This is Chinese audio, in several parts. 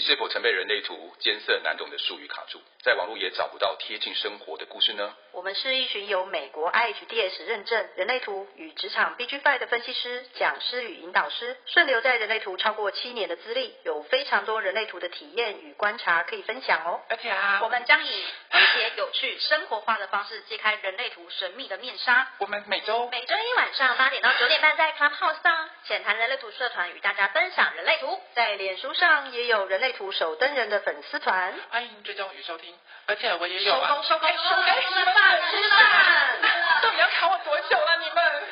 是否曾被人类图艰涩难懂的术语卡住，在网络也找不到贴近生活的故事呢？ 我们是一群由美国 IHDS 认证人类图与职场 BG5 的分析师、讲师与引导师，顺流在人类图超过7年的资历，有非常多人类图的体验与观察可以分享哦。 而且我们将以诙谐有趣、生活化的方式揭开人类图神秘的面纱。 我们每周一晚上8点到9点半在 Clubhouse 上浅谈人类图社团与大家分享人类图，在脸书上也有人类图手灯人的粉丝团， 欢迎追踪与收听。而且我也有收工，吃饭。 到底要卡我多久了你们？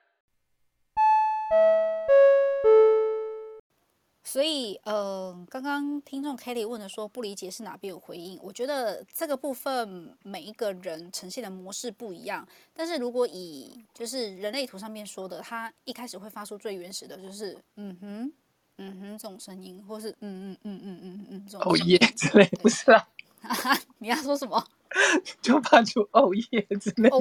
所以刚刚听众 Kelly 问的说不理解是哪边有回应，我觉得这个部分每一个人呈现的模式不一样，但是如果以就是人类图上面说的，他一开始会发出最原始的就是这种声音，或是这种声音之类，不是啦。 你要说什么？ 就发出耶之类的。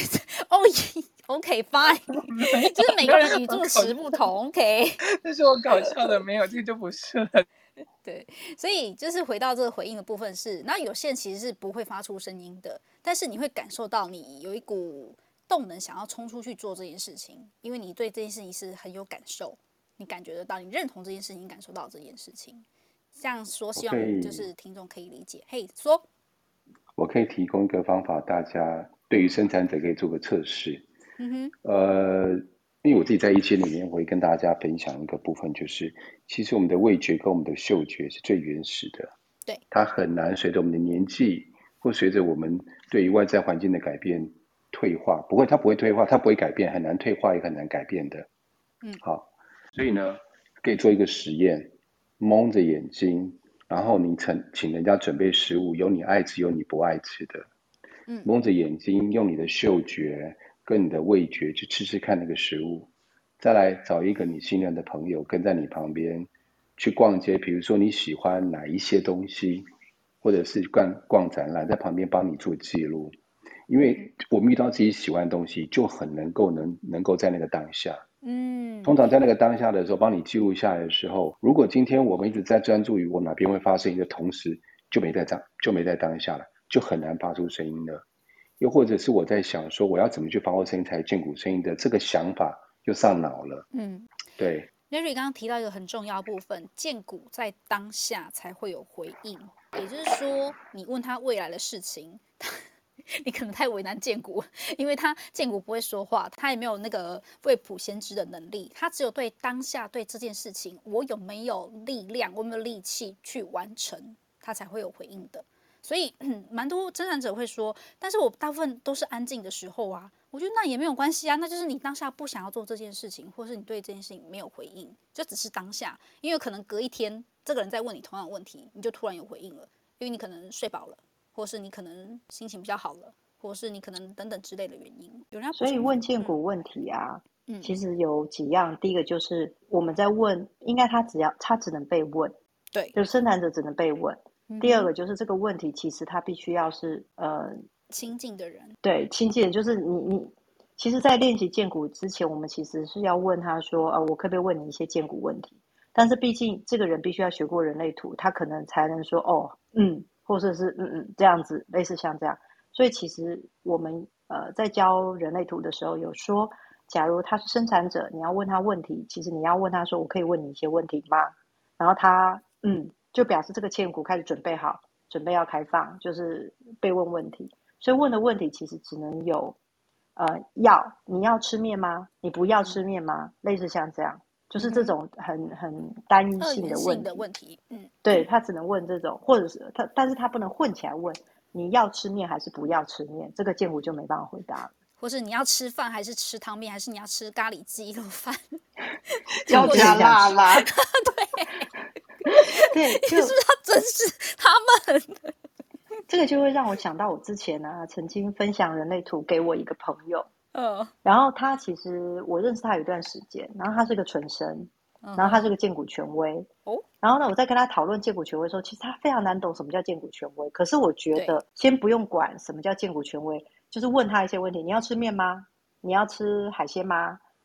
OK fine， 就是每个人语助词不同 ，OK。 但是我搞笑的没有，这个就不是了。 对，所以就是回到这个回应的部分是，那有些人其实是不会发出声音的，但是你会感受到你有一股动能想要冲出去做这件事情，因为你对这件事情是很有感受，你感觉得到，你认同这件事情，感受到这件事情。这样说，希望就是听众可以理解。嘿，说， 我可以提供一个方法，大家对于生产者可以做个测试。因为我自己在17里面，我会跟大家分享一个部分，就是其实我们的味觉跟我们的嗅觉是最原始的， 对， 它很难随着我们的年纪或随着我们对于外在环境的改变退化，它不会退化，它不会改变，很难退化也很难改变的。好，所以呢，可以做一个实验，蒙着眼睛，然后你请人家准备食物，有你爱吃有你不爱吃的，蒙着眼睛，用你的嗅觉跟你的味觉去吃吃看那个食物，再来找一个你信任的朋友跟在你旁边去逛街，比如说你喜欢哪一些东西，或者是逛展览，在旁边帮你做记录，因为我们遇到自己喜欢的东西，就很能够在那个当下。通常在那个当下的时候，帮你记录下来的时候，如果今天我们一直在专注于我哪边会发声音的同时，就没在当下了，就很难发出声音了。又或者是我在想说我要怎么去发挥声音才见骨声音的这个想法就上脑了。对。 Larry 刚刚提到一个很重要的部分，见骨在当下才会有回应，也就是说，你问他未来的事情，你可能太为难见骨，因为他见骨不会说话，他也没有那个未卜先知的能力，他只有对当下对这件事情，我有没有力量，我有没有力气去完成，他才会有回应的。所以蛮多生产者会说，但是我大部分都是安静的时候啊，我觉得那也没有关系啊，那就是你当下不想要做这件事情，或是你对这件事情没有回应，就只是当下，因为可能隔一天这个人在问你同样的问题，你就突然有回应了，因为你可能睡饱了，或是你可能心情比较好了，或是你可能等等之类的原因。有人要所以问见骨问题啊，其实有几样，第一个就是我们在问，应该他只能被问， 对， 就生产者只能被问。第二个就是这个问题，其实他必须要是亲近的人， 对，亲近的，就是你其实，在练习见骨之前，我们其实是要问他说，我可不可以问你一些见骨问题？但是毕竟这个人必须要学过人类图，他可能才能说或者是这样子，类似像这样。所以其实我们在教人类图的时候有说，假如他是生产者，你要问他问题，其实你要问他说，我可以问你一些问题吗？然后他就表示这个见骨开始准备好，准备要开放，就是被问问题。所以问的问题其实只能有你要吃面吗？你不要吃面吗？类似像这样，就是这种很单一性的问题。对，他只能问这种，或者是但是他不能混起来问，你要吃面还是不要吃面？这个见骨就没办法回答了。 或是你要吃饭还是吃汤面，还是你要吃咖喱鸡肉饭？ 要加辣啦。 对，是不是他真是他们？ 这个就会让我想到我之前曾经分享人类图给我一个朋友，然后他其实我认识他有一段时间，然后他是个纯生，然后他是个见骨权威，然后呢，我在跟他讨论见骨权威的时候，其实他非常难懂什么叫见骨权威，可是我觉得先不用管什么叫见骨权威，就是问他一些问题，你要吃面吗？你要吃海鲜吗？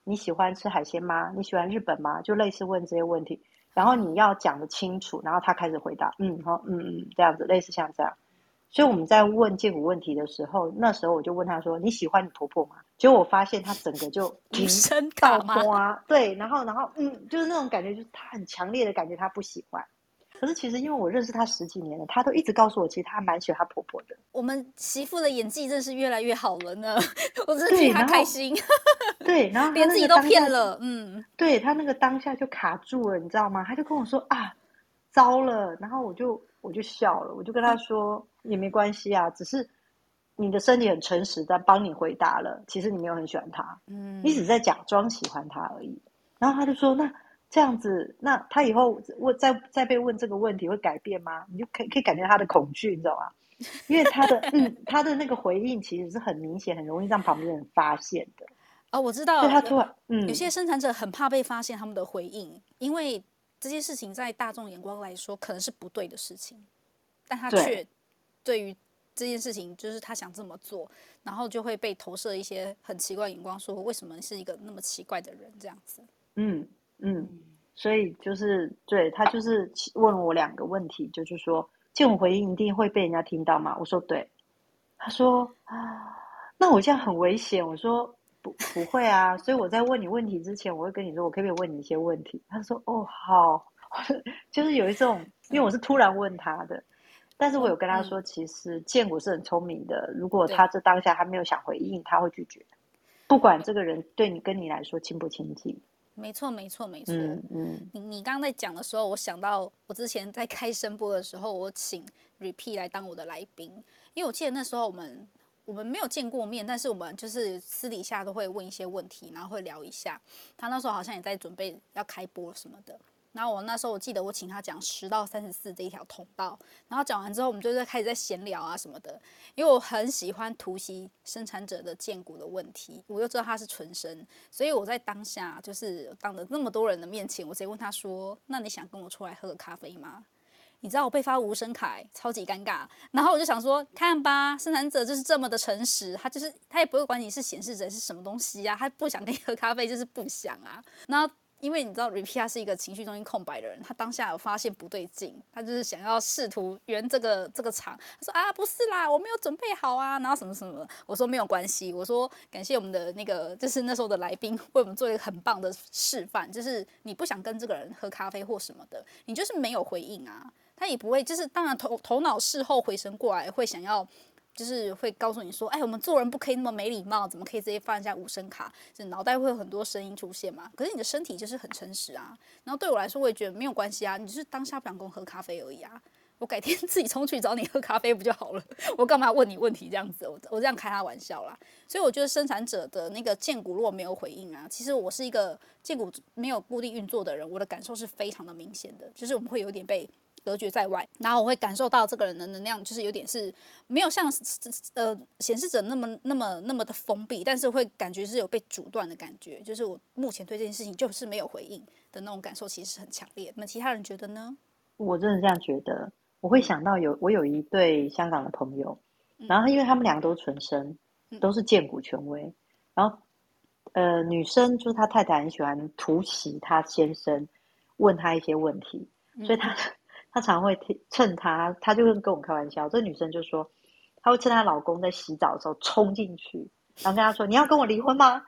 你喜欢吃海鲜吗？你喜欢日本吗？就类似问这些问题，然后你要讲得清楚，然后他开始回答，这样子，类似像这样。所以我们在问荐股问题的时候，那时候我就问他说：“你喜欢你婆婆吗？”结果我发现他整个就无声倒卡吗？ 花，对，然后就是那种感觉，就是他很强烈的感觉他不喜欢。可是其实因为我认识他10几年了，他都一直告诉我，其实他蛮喜欢他婆婆的。 我们媳妇的演技真是越来越好了呢，我真的对， 替她开心。 对，然后他连自己都那个当下骗了， 对，他那个当下就卡住了，你知道吗？他就跟我说啊，糟了，然后我就笑了，我就跟他说也没关系啊，只是你的身体很诚实的帮你回答了，其实你没有很喜欢他，你只是在假装喜欢他而已。然后他就说那这样子，那他以后再被问这个问题会改变吗？你就可以感觉他的恐惧，你知道吗？因为他的那个回应其实是很明显，很容易让旁边人发现的。 哦，我知道， 所以他突然有些生产者很怕被发现他们的回应，因为这些事情在大众眼光来说可能是不对的事情，但他却对于这件事情就是他想这么做，然后就会被投射一些很奇怪的眼光，说为什么是一个那么奇怪的人这样子。 所以就是对他就是问我2个问题，就是说见我回应一定会被人家听到吗？我说对。他说那我这样很危险。我说不会啊，所以我在问你问题之前，我会跟你说我可不可以问你一些问题。他说哦好，就是有一种，因为我是突然问他的，但是我有跟他说，其实建国是很聪明的，如果他这当下他没有想回应，他会拒绝，不管这个人对你跟你来说亲不亲近。 没错。你刚刚在讲的时候，我想到我之前在开声播的时候，我请 Repeat 来当我的来宾，因为我记得那时候我们没有见过面，但是我们就是私底下都会问一些问题，然后会聊一下。他那时候好像也在准备要开播什么的。然后我那时候我记得我请他讲10到34这一条通道，然后讲完之后我们就开始在闲聊啊什么的，因为我很喜欢突袭生产者的荐股的问题，我又知道他是纯生，所以我在当下就是当着那么多人的面前，我直接问他说：“那你想跟我出来喝个咖啡吗？”你知道我被发无声卡，超级尴尬。然后我就想说，看吧，生产者就是这么的诚实，他也不会管你是显示者是什么东西啊，他不想跟你喝咖啡就是不想啊。然后因为你知道 Repeat 是一个情绪中心空白的人，他当下有发现不对劲，他就是想要试图圆这个场。他说啊，不是啦，我没有准备好啊，然后什么什么。我说没有关系，我说感谢我们的那个就是那时候的来宾为我们做一个很棒的示范，就是你不想跟这个人喝咖啡或什么的，你就是没有回应啊。他也不会，就是当然头脑事后回神过来，会想要，就是会告诉你说，哎，我们做人不可以那么没礼貌，怎么可以直接放一下无声卡？就脑袋会有很多声音出现嘛。可是你的身体就是很诚实啊。然后对我来说，我也觉得没有关系啊，你就是当下不想跟我喝咖啡而已啊。我改天自己冲去找你喝咖啡不就好了？我干嘛要问你问题这样子？我这样开他玩笑啦。所以我觉得生产者的那个荐股如果没有回应啊，其实我是一个荐股没有固定运作的人，我的感受是非常的明显的，就是我们会有点被隔绝在外，然后我会感受到这个人的能量就是有点是没有像显示者那么的封闭，但是会感觉是有被阻断的感觉，就是我目前对这件事情就是没有回应的那种感受，其实是很强烈。那么其他人觉得呢？ 我真的这样觉得，我会想到我有一对香港的朋友，然后因为他们2个都是纯生，都是荐股权威，然后女生就是他太太很喜欢突袭他先生，问他一些问题，所以他常会趁他就会跟我开玩笑，这女生就说，她会趁她老公在洗澡的时候冲进去，然后跟他说：“你要跟我离婚吗？”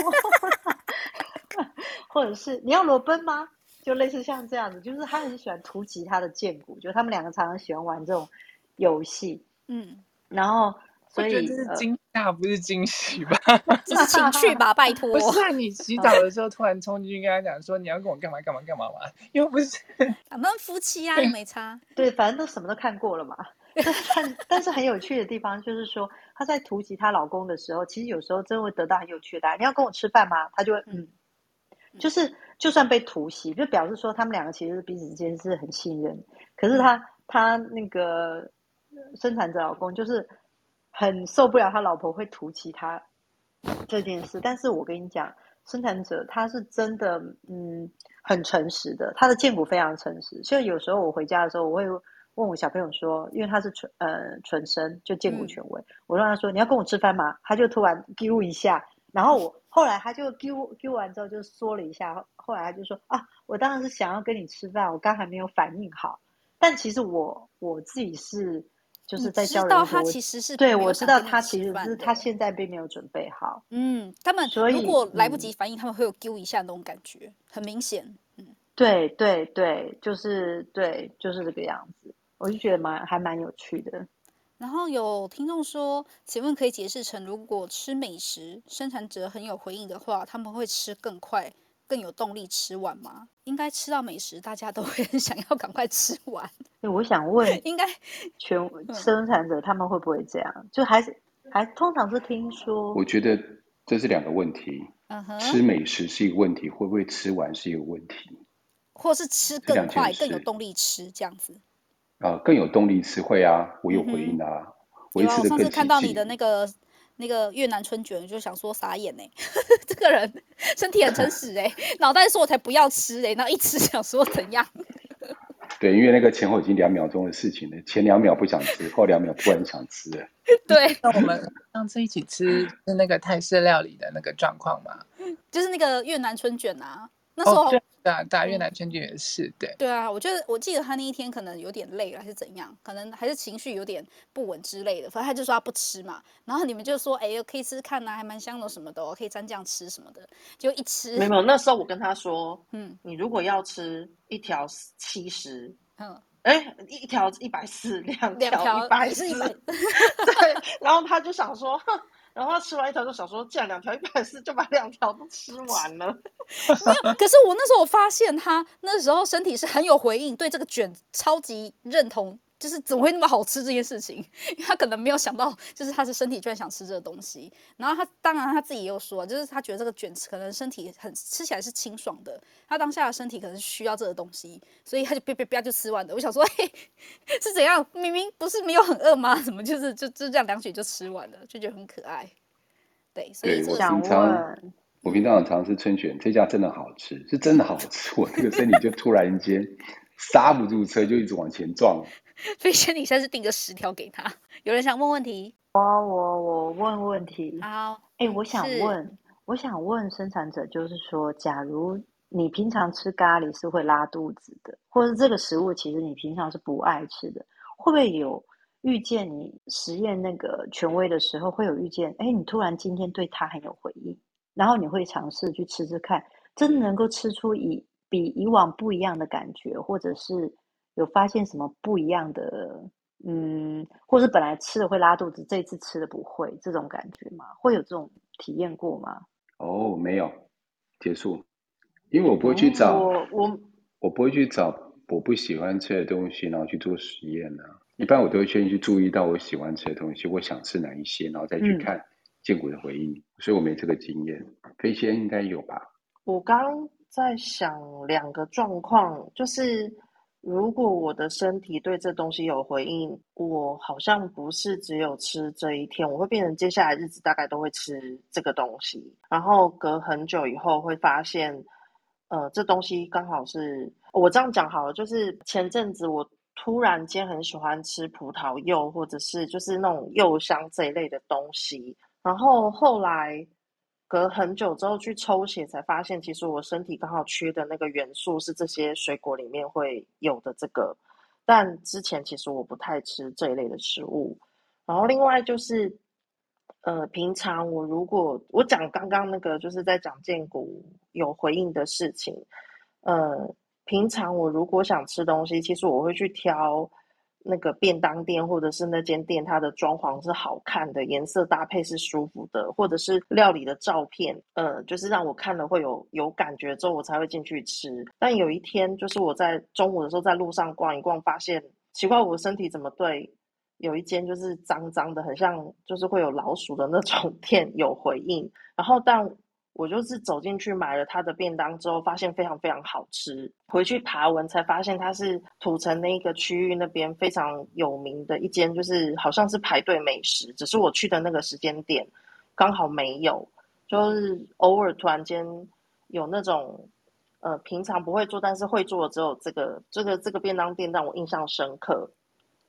或者是“你要裸奔吗？”就类似像这样子，就是他很喜欢突击他的荐股，就他们2个常常喜欢玩这种游戏。然后所以我觉得这是惊吓，不是惊喜吧？ 这是情趣吧，拜托。 不是啊，你洗澡的时候突然冲进去跟他讲说你要跟我干嘛干嘛干嘛嘛，又不是。 咱们夫妻啊，又没差。 对，反正都什么都看过了嘛。但是很有趣的地方就是说，她在突袭她老公的时候，其实有时候真的会得到很有趣的答案。你要跟我吃饭吗？她就会就是就算被突袭，就表示说他们2个其实彼此之间是很信任。可是他那个生产者老公就是很受不了他老婆会突袭他这件事。但是我跟你讲，生产者他是真的很诚实的，他的荐股非常诚实。所以有时候我回家的时候，我会问我小朋友说，因为他是纯生，就荐股权威，我让他说你要跟我吃饭吗？他就突然丢一下，然后我后来他就丢完之后就说了一下，后来他就说啊，我当然是想要跟你吃饭，我刚还没有反应好。但其实我自己是就是在交流的时候， 他其实是对没有我知道想跟你他其实吃饭的是他现在并没有准备好， 他们所以如果来不及反应，他们会有丢一下那种感觉，很明显。 对对对，就是对，就是这个样子，我就觉得还蛮有趣的。 然后有听众说，请问可以解释成，如果吃美食，生产者很有回应的话，他们会吃更快、更有动力吃完吗？应该吃到美食，大家都会很想要赶快吃完。 我想问， 应该生产者他们会不会这样？就还通常是听说， 我觉得这是两个问题，吃美食是一个问题，会不会吃完是一个问题， 或是吃更快、更有动力吃这样子。 更有动力吃会啊，我有回应啊，我会吃得有啊，我上次看更起劲。 到你的那个越南春卷，就想说傻眼这个人身体很诚实脑袋说我才不要吃然后一吃想说怎样？ 对，因为那个前后已经2秒钟的事情了，前2秒不想吃，后2秒突然想吃了。 对， 那我们上次一起吃是那个泰式料理的那个状况吗？ 就是那个越南春卷啊，那时候对，越南春卷也是对。 对啊，我记得他那一天可能有点累了，还是怎样，可能还是情绪有点不稳之类的，反正他就说他不吃嘛，然后你们就说可以吃吃看啊，还蛮香的什么的可以蘸酱吃什么的，就一吃没有，那时候我跟他说，你如果要吃一条70，一条140，两条140，对，然后他就想说，然后他吃完一条就想说，既然2条140，就把2条都吃完了。 没有，可是我那时候我发现他那时候身体是很有回应，对这个卷超级认同，就是怎么会那么好吃这件事情，因为他可能没有想到，就是他是身体居然想吃这个东西。然后他当然他自己也有说，就是他觉得这个卷可能身体吃起来是清爽的，他当下的身体可能需要这个东西，所以他就啪就吃完了。我想说，是怎样？明明不是没有很饿吗？怎么就这样2卷就吃完了，就觉得很可爱。对，所以我平常很常吃春卷，这家真的好吃，是真的好吃。我这个身体就突然间刹不住车，就一直往前撞。 飞仙，你现在是订个10条给他。有人想问问题？ 我问问题。 好， 我想问生产者，就是说，假如你平常吃咖喱是会拉肚子的，或者这个食物其实你平常是不爱吃的，会不会有遇见你实验那个权威的时候，会有遇见，你突然今天对它很有回应，然后你会尝试去吃吃看，真的能够吃出比以往不一样的感觉，或者是有发现什么不一样的，或是本来吃了会拉肚子，这次吃了不会，这种感觉吗？会有这种体验过吗？ 没有，结束。因为我不会去找，我不会去找我不喜欢吃的东西，然后去做实验一般我都会先去注意到我喜欢吃的东西，我想吃哪一些，然后再去看健骨的回应。所以我没这个经验。飞仙应该有吧？ 我刚在想2个状况，就是如果我的身体对这东西有回应，我好像不是只有吃这一天，我会变成接下来日子大概都会吃这个东西，然后隔很久以后会发现，这东西刚好是我这样讲好了，就是前阵子我突然间很喜欢吃葡萄柚，或者是就是那种柚香这一类的东西，然后后来隔很久之后去抽血才发现，其实我身体刚好缺的那个元素是这些水果里面会有的这个，但之前其实我不太吃这一类的食物。然后另外就是平常如果我讲刚刚那个就是在讲健骨有回应的事情，平常我如果想吃东西，其实我会去挑那个便当店或者是那间店它的装潢是好看的，颜色搭配是舒服的，或者是料理的照片就是让我看了会有感觉之后我才会进去吃。但有一天就是我在中午的时候在路上逛一逛，发现奇怪我的身体怎么对有一间就是脏脏的很像就是会有老鼠的那种店有回应，然后但我就是走进去买了他的便当之后，发现非常非常好吃。回去爬文才发现，它是土城那一个区域那边非常有名的一间，就是好像是排队美食，只是我去的那个时间点刚好没有，就是偶尔突然间有那种平常不会做，但是会做的只有这个便当店让我印象深刻。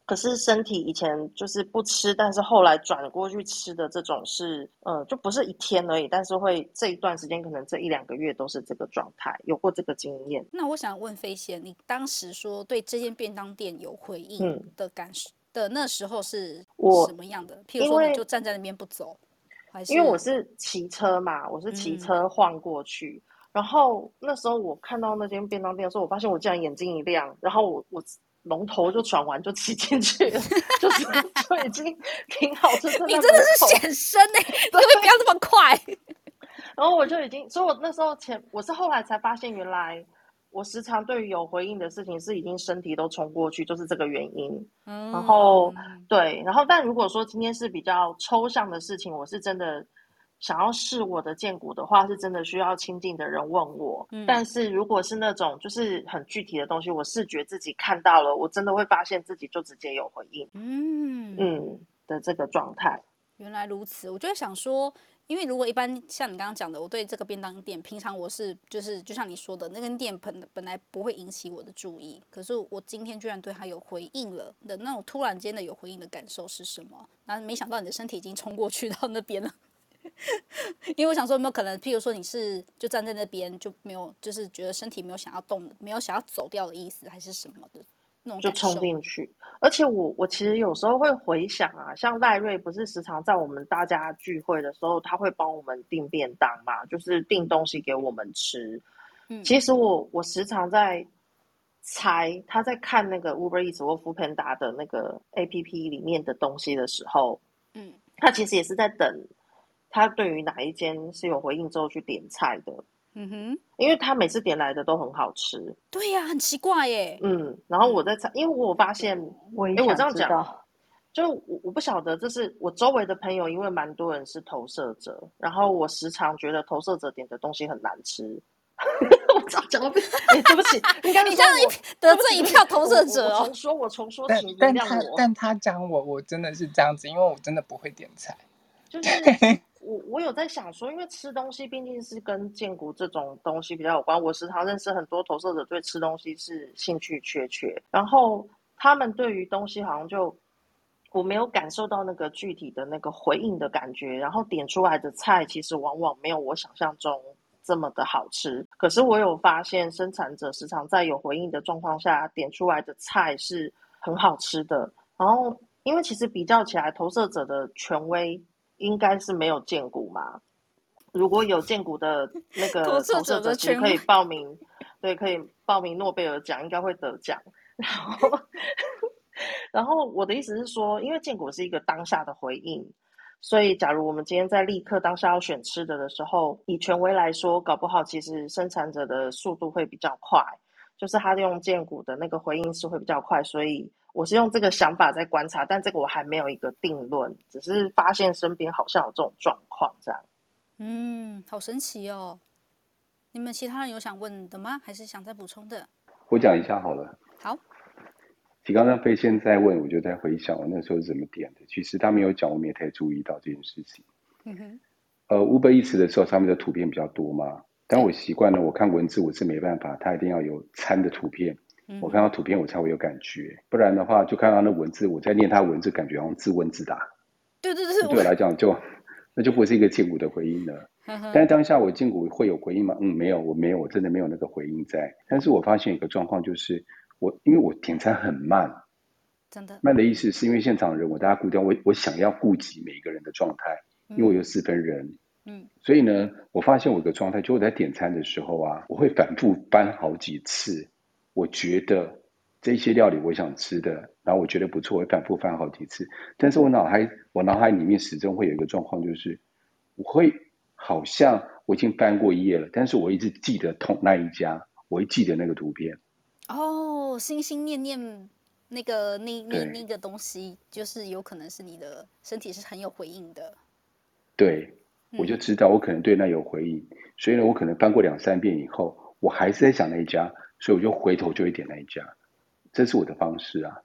可是身体以前就是不吃，但是后来转过去吃的这种是，就不是一天而已，但是会这一段时间可能这一两个月都是这个状态，有过这个经验。 那我想问飞仙，你当时说对这间便当店有回应的感受的那时候是什么样的？譬如说你就站在那边不走，还是因为我是骑车嘛，我是骑车晃过去。然后那时候我看到那间便当店的时候，我发现我竟然眼睛一亮，然后我龙头就转完就骑进去了，就已经停好车在那门口。 你真的是显身欸，你可不可以不要这么快？ 然后我就已经，所以我那时候我是后来才发现，原来我时常对于有回应的事情是已经身体都冲过去，就是这个原因。然后对，然后但如果说今天是比较抽象的事情，我是真的想要试我的剑骨的话，是真的需要亲近的人问我。但是如果是那种就是很具体的东西，我视觉自己看到了，我真的会发现自己就直接有回应。的这个状态。 原来如此，我就想说，因为如果一般像你刚刚讲的，我对这个便当店，平常我是就是就像你说的，那间店本来不会引起我的注意，可是我今天居然对他有回应了的那种突然间的有回应的感受是什么？然后没想到你的身体已经冲过去到那边了。因为我想说，有没有可能，譬如说你是就站在那边就没有，就是觉得身体没有想要动，没有想要走掉的意思，还是什么的那种就感受？ 冲进去。而且我其实有时候会回想啊，像赖瑞不是时常在我们大家聚会的时候，他会帮我们订便当嘛，就是订东西给我们吃。其实我时常在猜他在看那个 Uber Eats 或 Foodpanda 的那个 APP 里面的东西的时候，他其实也是在等他对于哪一间是有回应之后去点菜的。因为他每次点来的都很好吃。 对呀，很奇怪耶。 然后我在猜，因为我发现， 我也想知道， 就我不晓得，这是我周围的朋友，因为蛮多人是投射者，然后我时常觉得投射者点的东西很难吃。我讲到对不起，应该你这样得罪一票投射者哦。 我重说，请原谅我。 但他讲我真的是这样子，因为我真的不会点菜。 就是我有在想说，因为吃东西毕竟是跟健骨这种东西比较有关，我时常认识很多投射者对吃东西是兴趣缺缺，然后他们对于东西好像就我没有感受到那个具体的那个回应的感觉，然后点出来的菜其实往往没有我想象中这么的好吃。可是我有发现生产者时常在有回应的状况下点出来的菜是很好吃的。然后因为其实比较起来，投射者的权威应该是没有荐股嘛。如果有荐股的那个投射者，其实可以报名，对，可以报名诺贝尔奖，应该会得奖。然后我的意思是说，因为荐股是一个当下的回应，所以假如我们今天在立刻当下要选吃的时候，以权威来说，搞不好其实生产者的速度会比较快，就是他用荐股的那个回应是会比较快，所以我是用这个想法在观察，但这个我还没有一个定论，只是发现身边好像有这种状况这样。 好神奇哦！你们其他人有想问的吗？还是想再补充的？ 我讲一下好了。 好。 其实刚刚飞仙在问，我就在回想我那时候是怎么点的。其实他没有讲，我们也可以注意到这件事情。Uber Eats 的时候，上面的图片比较多嘛，但我习惯了，我看文字我是没办法，它一定要有餐的图片。我看到图片我才会有感觉，不然的话就看到那文字，我在念它文字，感觉好像自问自答。 对， 对我来讲那就不是一个荐股的回应了。但是当下我荐股会有回应吗？没有，我真的没有那个回应在。但是我发现一个状况，就是因为我点餐很慢， 真的慢的意思是因为现场人大家顾掉，我想要顾及每一个人的状态，因为我有4分人，所以呢，我发现我有个状态，就我在点餐的时候啊，我会反复翻好几次，我觉得这些料理我想吃的，然后我觉得不错，我会反复翻好几次。但是我脑海里面始终会有一个状况，就是我会好像我已经翻过一页了，但是我一直记得那一家，我会记得那个图片。 心心念念那个东西，就是有可能是你的身体是很有回应的。 对，我就知道我可能对那有回应，所以呢，我可能翻过2、3遍以后，我还是在想那一家，所以我就回头就会点那一家，这是我的方式啊。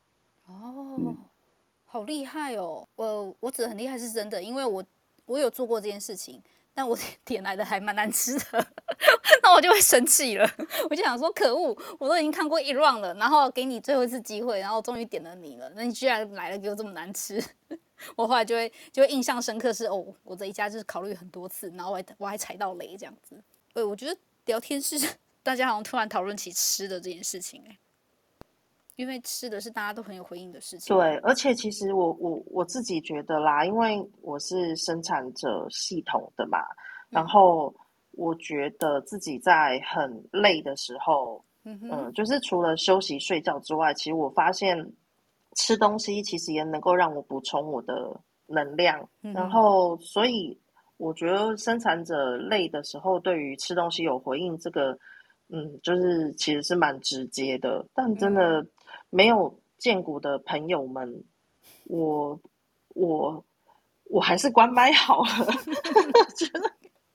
好厉害哦！我指的很厉害是真的，因为我有做过这件事情， 但我点来的还蛮难吃的，那我就会生气了。我就想说，可恶，我都已经看过一 round 了，然后给你最后一次机会，然后终于点了你了，那你居然来了给我这么难吃，我后来就会印象深刻是哦，我这一家就是考虑很多次，然后我还踩到雷这样子。对，我觉得聊天是大家好像突然讨论起吃的这件事情因为吃的是大家都很有回应的事情。 对，而且其实我自己觉得啦，因为我是生产者系统的嘛，然后我觉得自己在很累的时候，就是除了休息睡觉之外，其实我发现吃东西其实也能够让我补充我的能量，然后所以我觉得生产者累的时候，对于吃东西有回应，这个就是其实是蛮直接的，但真的没有健骨的朋友们，我还是关麦好了，觉得。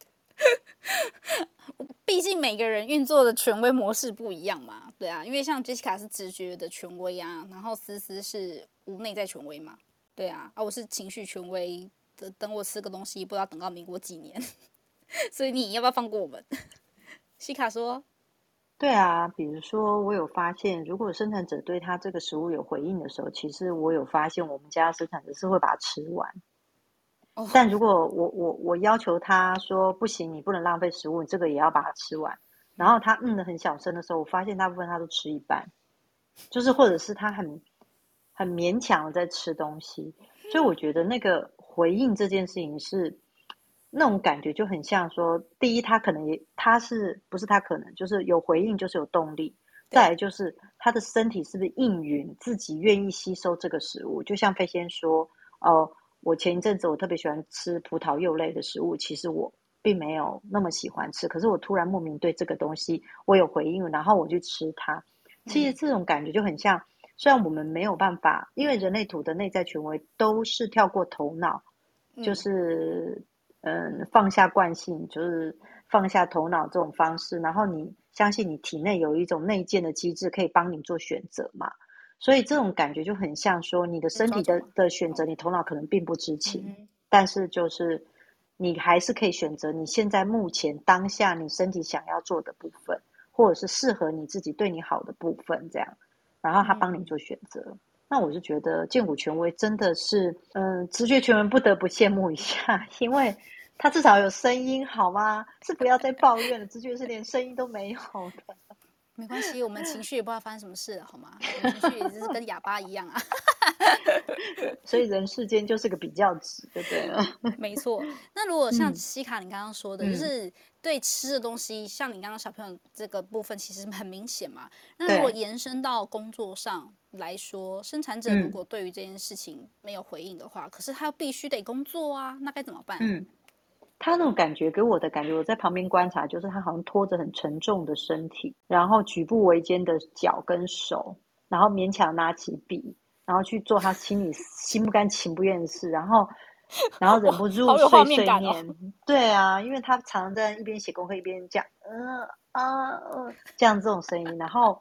毕竟每个人运作的权威模式不一样嘛，对啊，因为像 Jessica 是直觉的权威啊，然后思思是无内在权威嘛，对啊，我是情绪权威的，等我吃个东西不知道等到民国几年，所以你要不要放过我们？西卡说， 对啊，比如说我有发现，如果生产者对他这个食物有回应的时候，其实我有发现我们家生产者是会把它吃完。但如果我要求他说不行，你不能浪费食物，你这个也要把它吃完。然后他的很小声的时候，我发现大部分他都吃一半，就是或者是他很勉强的在吃东西。所以我觉得那个回应这件事情是那种感觉就很像说，第一他可能他是不是他可能就是有回应就是有动力，再来就是他的身体是不是应允自己愿意吸收这个食物，就像飞仙说我前一阵子我特别喜欢吃葡萄柚类的食物，其实我并没有那么喜欢吃，可是我突然莫名对这个东西我有回应，然后我去吃它。其实这种感觉就很像，虽然我们没有办法，因为人类图的内在权威都是跳过头脑，就是放下惯性，就是放下头脑这种方式，然后你相信你体内有一种内建的机制可以帮你做选择嘛。所以这种感觉就很像说，你的身体的选择，你头脑可能并不知情，但是就是你还是可以选择你现在目前当下你身体想要做的部分，或者是适合你自己对你好的部分，这样，然后他帮你做选择。那我是觉得剑骨权威真的是，直觉权威不得不羡慕一下，因为他至少有声音，好吗？是不要再抱怨了，直觉是连声音都没有的。 没关系，我们情绪也不知道发生什么事了，好吗？我们情绪也就是跟哑巴一样啊。 所以人世间就是个比较值，对不对了？ 没错。那如果像西卡你刚刚说的，就是对吃的东西，像你刚刚小朋友这个部分，其实很明显嘛。那如果延伸到工作上来说，生产者如果对于这件事情没有回应的话，可是他必须得工作啊，那该怎么办？ 他那种感觉给我的感觉，我在旁边观察，就是他好像拖着很沉重的身体，然后举步维艰的脚跟手，然后勉强拿起笔，然后去做他心里心不甘情不愿的事，然后忍不住碎碎念。对啊，因为他常常在一边写功课一边讲这样这种声音，然后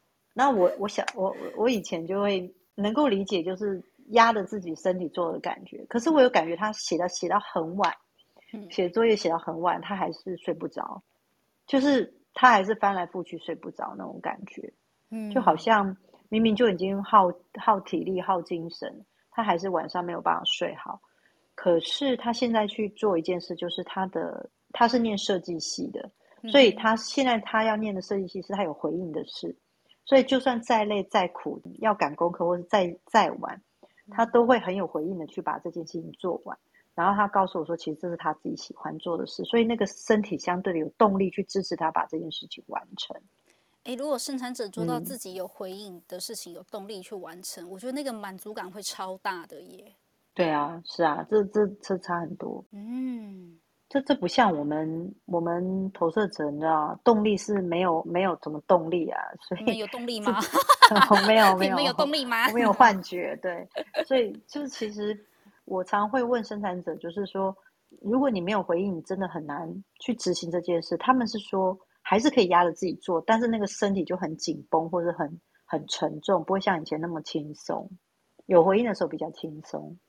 我以前就会能够理解，就是压着自己身体做的感觉，可是我有感觉他写到很晚。写作业写到很晚，他还是睡不着，就是他还是翻来覆去睡不着那种感觉，就好像明明就已经耗体力耗精神，他还是晚上没有办法睡好。可是他现在去做一件事，就是他是念设计系的，所以他现在他要念的设计系是他有回应的事，所以就算再累再苦，要赶功课或是再晚，他都会很有回应的去把这件事情做完。然后他告诉我说，其实这是他自己喜欢做的事，所以那个身体相对的有动力去支持他把这件事情完成。 如果生产者做到自己有回应的事情，有动力去完成，我觉得那个满足感会超大的耶。 对啊，是啊，这差很多。这不像我们投射者，你知道，动力是没有什么动力啊，所以你们有动力吗？ 没有， 你们有动力吗？ 我们有幻觉，对，所以就是其实。我常会问生产者，就是说，如果你没有回应，你真的很难去执行这件事。他们是说，还是可以压着自己做，但是那个身体就很紧绷，或者很沉重，不会像以前那么轻松。有回应的时候比较轻松。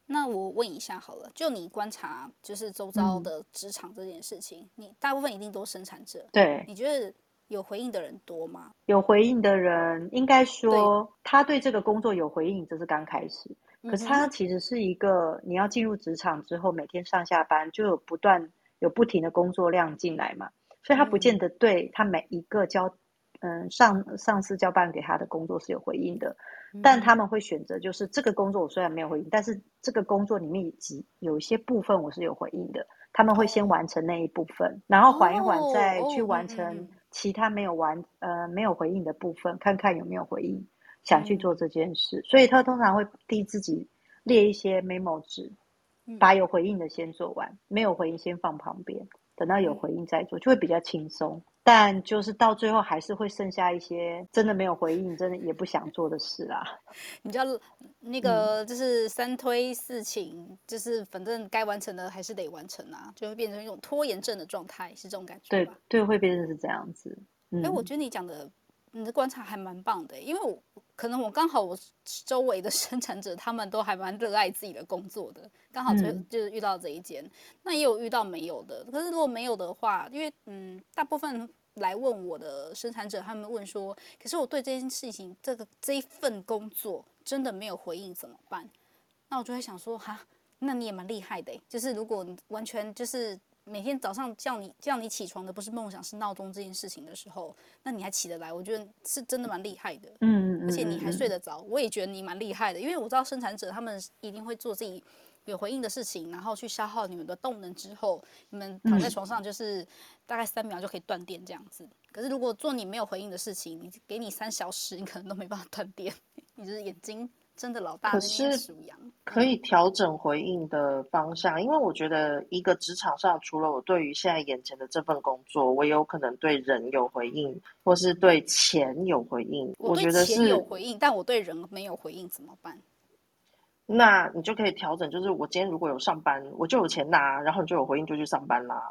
那我问一下好了，就你观察就是周遭的职场这件事情，你大部分一定都生产者， 对， 你觉得有回应的人多吗？ 有回应的人，应该说他对这个工作有回应，这是刚开始。可是他其实是一个，你要进入职场之后，每天上下班就有不停的工作量进来嘛，所以他不见得对他每一个上司交办给他的工作是有回应的，但他们会选择就是这个工作我虽然没有回应，但是这个工作里面有一些部分我是有回应的，他们会先完成那一部分，然后缓一缓再去完成其他没有回应的部分，看看有没有回应，想去做这件事，所以他通常会逼自己列一些 memo 纸，把有回应的先做完，没有回应先放旁边，等到有回应再做，就会比较轻松。但就是到最后还是会剩下一些真的没有回应，真的也不想做的事啦。 你知道那个就是三推四请，就是反正该完成的还是得完成啊，就会变成一种拖延症的状态，是这种感觉吧？ 对，会变成是这样子。 我觉得你的观察还蛮棒的，因为可能我刚好我周围的生产者他们都还蛮热爱自己的工作的，刚好就是遇到这一间，那也有遇到没有的。可是如果没有的话，因为大部分来问我的生产者，他们问说，可是我对这件事情这一份工作真的没有回应怎么办？那我就会想说，哈，那你也蛮厉害的，就是如果你完全就是每天早上叫你起床的不是梦想是闹钟这件事情的时候，那你还起得来，我觉得是真的蛮厉害的。而且你还睡得着，我也觉得你蛮厉害的，因为我知道生产者他们一定会做自己有回应的事情，然后去消耗你们的动能之后，你们躺在床上就是大概3秒就可以断电这样子。可是如果做你没有回应的事情，你给你3小时，你可能都没办法断电，你就是眼睛真的老大在那边数羊。 可以调整回应的方向，因为我觉得一个职场上，除了我对于现在眼前的这份工作，我也有可能对人有回应，或是对钱有回应。 我对钱有回应，但我对人没有回应怎么办？ 那你就可以调整，就是我今天如果有上班，我就有钱拿，然后你就有回应就去上班啦。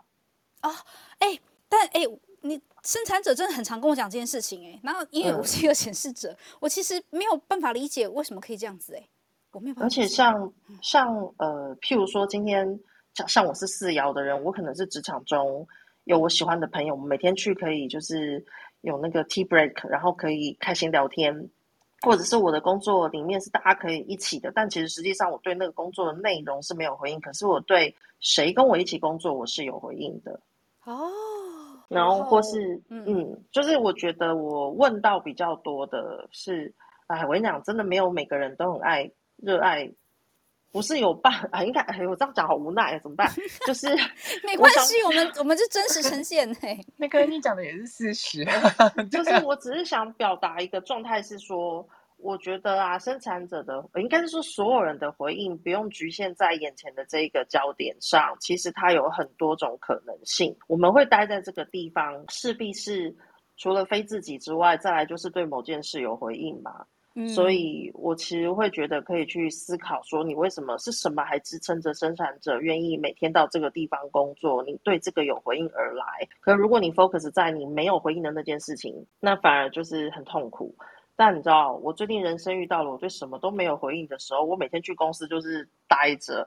你生产者真的很常跟我讲这件事情然后因为我是一个显示者，我其实没有办法理解为什么可以这样子我没有办法。 而且像譬如说今天像我是4爻的人，我可能是职场中有我喜欢的朋友，我们每天去可以就是有那个 tea break， 然后可以开心聊天，或者是我的工作里面是大家可以一起的，但其实实际上我对那个工作的内容是没有回应，可是我对谁跟我一起工作我是有回应的。然后或是就是我觉得我问到比较多的是，我跟你讲，真的没有每个人都很热爱，不是有办应该我这样讲好无奈怎么办？就是没关系，我们就真实呈现那个你讲的也是事实， 就是我只是想表达一个状态是说。我觉得生产者的应该是说所有人的回应不用局限在眼前的这一个焦点上，其实它有很多种可能性。我们会待在这个地方，势必是除了非自己之外，再来就是对某件事有回应嘛。所以我其实会觉得可以去思考说，你为什么是什么还支撑着生产者愿意每天到这个地方工作？你对这个有回应而来。可如果你 focus 在你没有回应的那件事情，那反而就是很痛苦。但你知道，我最近人生遇到了我对什么都没有回应的时候，我每天去公司就是待着，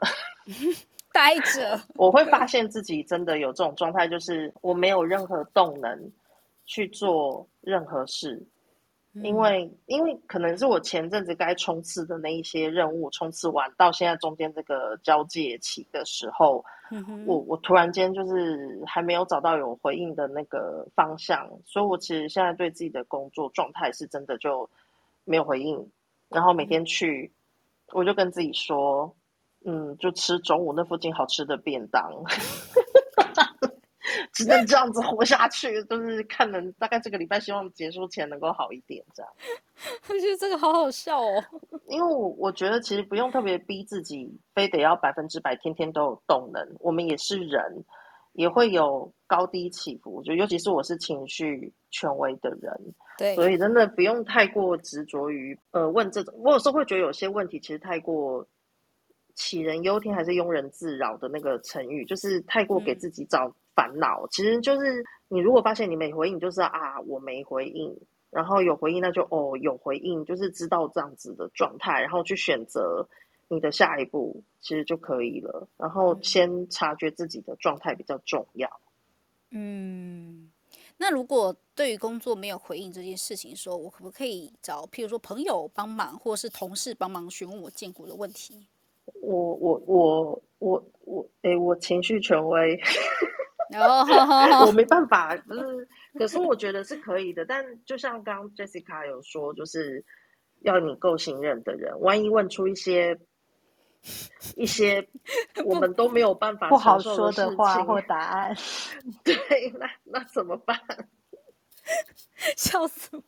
我会发现自己真的有这种状态，就是我没有任何动能去做任何事，因为可能是我前阵子该冲刺的那一些任务冲刺完，到现在中间这个交界期的时候，我突然间就是还没有找到有回应的那个方向，所以我其实现在对自己的工作状态是真的就没有回应，然后每天去，我就跟自己说，就吃中午那附近好吃的便当。只能这样子活下去，就是看能大概这个礼拜希望结束前能够好一点这样。 我觉得这个好好笑因为我觉得其实不用特别逼自己非得要100%天天都有动能，我们也是人，也会有高低起伏，就尤其是我是情绪权威的人， 对， 所以真的不用太过执着于问这种，我有时候会觉得有些问题其实太过杞人忧天还是庸人自扰的那个成语，就是太过给自己找烦恼，其实就是你如果发现你没回应，就是我没回应，然后有回应那就有回应，就是知道这样子的状态，然后去选择你的下一步其实就可以了。然后先察觉自己的状态比较重要。 那如果对于工作没有回应这件事情的时候，我可不可以找譬如说朋友帮忙，或者是同事帮忙询问我荐股的问题？ 我情绪权威， 哦， 我没办法，可是我觉得是可以的。但就像刚刚 Jessica 有说，就是要你够信任的人，万一问出一些我们都没有办法不好承受说的事情， 话或答案， 对，那怎么办？ 笑死我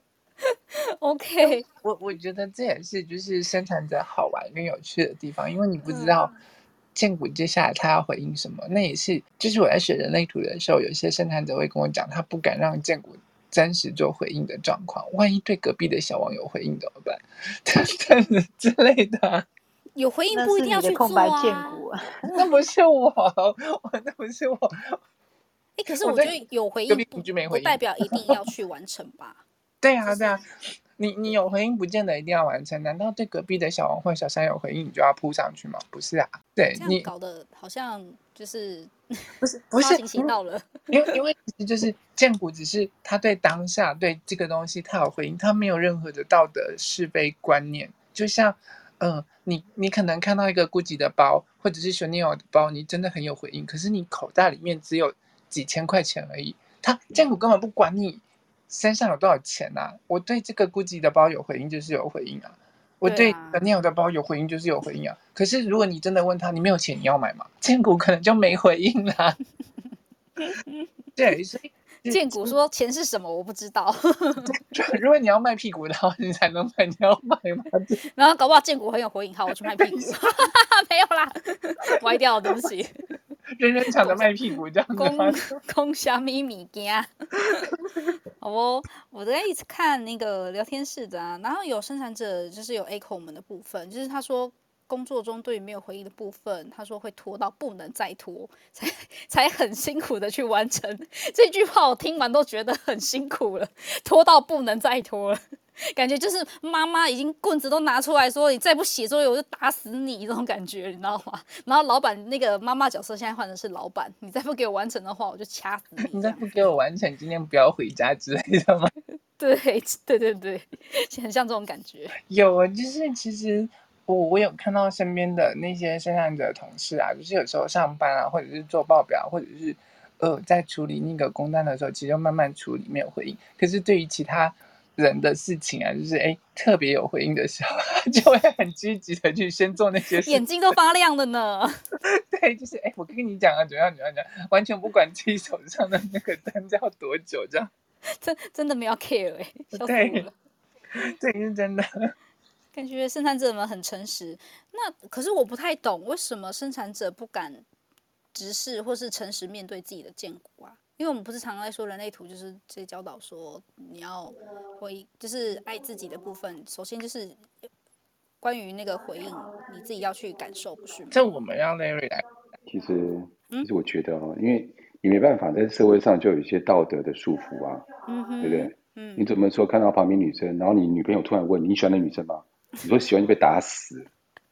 ！OK， 我觉得这也是就是生产者好玩跟有趣的地方，因为你不知道荐股接下来他要回应什么。那也是就是我在学人类图的时候，有些生产者会跟我讲，他不敢让荐股真实做回应的状况，万一对隔壁的小王有回应怎么办？之类的。 有回应那是不一定要你的空白去做啊。 荐股啊。 那不是我，那不是我。 可是我觉得有回应不代表一定要去完成吧？ 对啊，对啊，你有回应不见得一定要完成，难道对隔壁的小王或小三有回应你就要扑上去吗？不是啊，对这样搞得好像就是不是发情期到了， 因为其实就是荐股只是他对当下对这个东西他有回应，他没有任何的道德是非观念，就像你可能看到一个 GUCCI 的包或者是 Chanel 的包，你真的很有回应，可是你口袋里面只有几千块钱而已，他荐股根本不管你身上有多少钱啊！我对这个 GUCCI 的包有回应就是有回应啊，我对 Chanel 的包有回应就是有回应啊。可是如果你真的问他你没有钱你要买吗？荐股可能就没回应啦。对，所以荐股说钱是什么我不知道。 如果你要卖屁股的话，你才能买，你要买吗？ 然后搞不好荐股很有回应，好，我去卖屁股。没有啦，歪掉了，对不起。 人人抢着卖屁股这样子。 公虾米米件。好哦，我在一直看那个聊天室的啊，然后有生产者就是有 echo 我们的部分，就是他说工作中对于没有回应的部分，他说会拖到不能再拖，才很辛苦的去完成。这句话我听完都觉得很辛苦了，拖到不能再拖了。感觉就是妈妈已经棍子都拿出来说，你再不写作业我就打死你，这种感觉你知道吗？然后老板那个妈妈角色现在换的是老板，你再不给我完成的话我就掐死你。 你再不给我完成，今天不要回家之类的吗？ 对，很像这种感觉。 有啊，就是其实我有看到身边的那些生产者同事啊，就是有时候上班啊，或者是做报表，或者是在处理那个工单的时候，其实就慢慢处理没有回应。可是对于其他人的事情啊，就是特别有回应的时候，就会很积极的去先做那些事， 眼睛都发亮的呢。 对，就是我跟你讲啊，怎样，完全不管自己手上的那个单要多久这样。 真的没有 care 笑死我了。 对，是真的。 感觉生产者们很诚实，那可是我不太懂为什么生产者不敢直视或是诚实面对自己的荐股啊？因为我们不是常常在说人类图就是直接教导说你要就是爱自己的部分，首先就是关于那个回应你自己要去感受，不是吗？ 这我们让 Larry 来。 其实我觉得因为你没办法在社会上就有一些道德的束缚啊，对不对？你怎么说看到旁边女生，然后你女朋友突然问你喜欢那女生吗？你说喜欢就被打死。